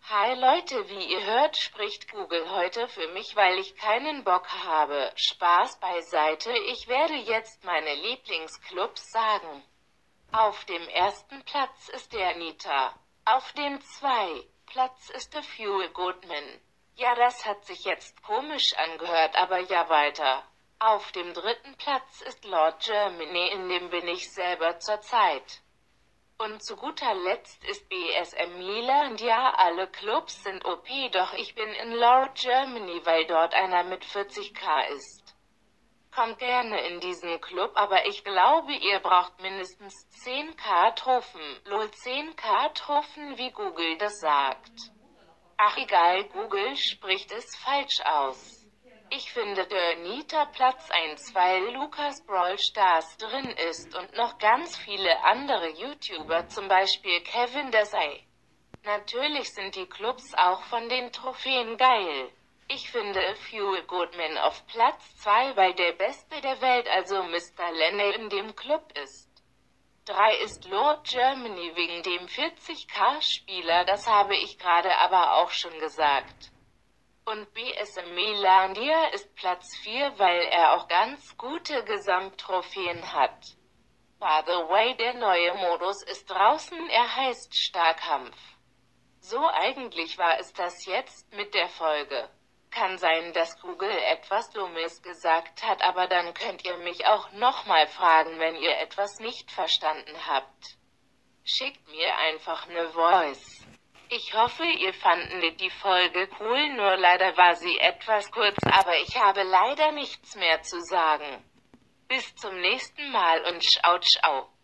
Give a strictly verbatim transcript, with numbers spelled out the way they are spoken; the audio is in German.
Hi Leute, wie ihr hört, spricht Google heute für mich, weil ich keinen Bock habe. Spaß beiseite, ich werde jetzt meine Lieblingsclubs sagen. Auf dem ersten Platz ist der Nita. Auf dem zweiten Platz ist The Fuel Goodman. Ja, das hat sich jetzt komisch angehört, aber ja weiter. Auf dem dritten Platz ist Lord Germany, in dem bin ich selber zurzeit. Und zu guter Letzt ist B S M Milan. Ja, alle Clubs sind O P, doch ich bin in Lord Germany, weil dort einer mit vierzig K ist. Kommt gerne in diesen Club, aber ich glaube, ihr braucht mindestens zehn K Trophäen. Lol, zehn K Trophäen, wie Google das sagt. Ach egal, Google spricht es falsch aus. Ich finde der Nita Platz eins, weil Lukas Brawl Stars drin ist und noch ganz viele andere YouTuber, zum Beispiel Kevin Desai. Natürlich sind die Clubs auch von den Trophäen geil. Ich finde Fuel Goodman auf Platz zwei, weil der Beste der Welt, also Mister Lenne, in dem Club ist. drei ist Lord Germany wegen dem vierzig K Spieler, das habe ich gerade aber auch schon gesagt. Und B S M Milandia ist Platz vier, weil er auch ganz gute Gesamttrophäen hat. By the way, der neue Modus ist draußen, er heißt Starkampf. So, eigentlich war es das jetzt mit der Folge. Kann sein, dass Google etwas Dummes gesagt hat, aber dann könnt ihr mich auch nochmal fragen, wenn ihr etwas nicht verstanden habt. Schickt mir einfach ne Voice. Ich hoffe, ihr fandet die Folge cool, nur leider war sie etwas kurz, aber ich habe leider nichts mehr zu sagen. Bis zum nächsten Mal und ciao ciao.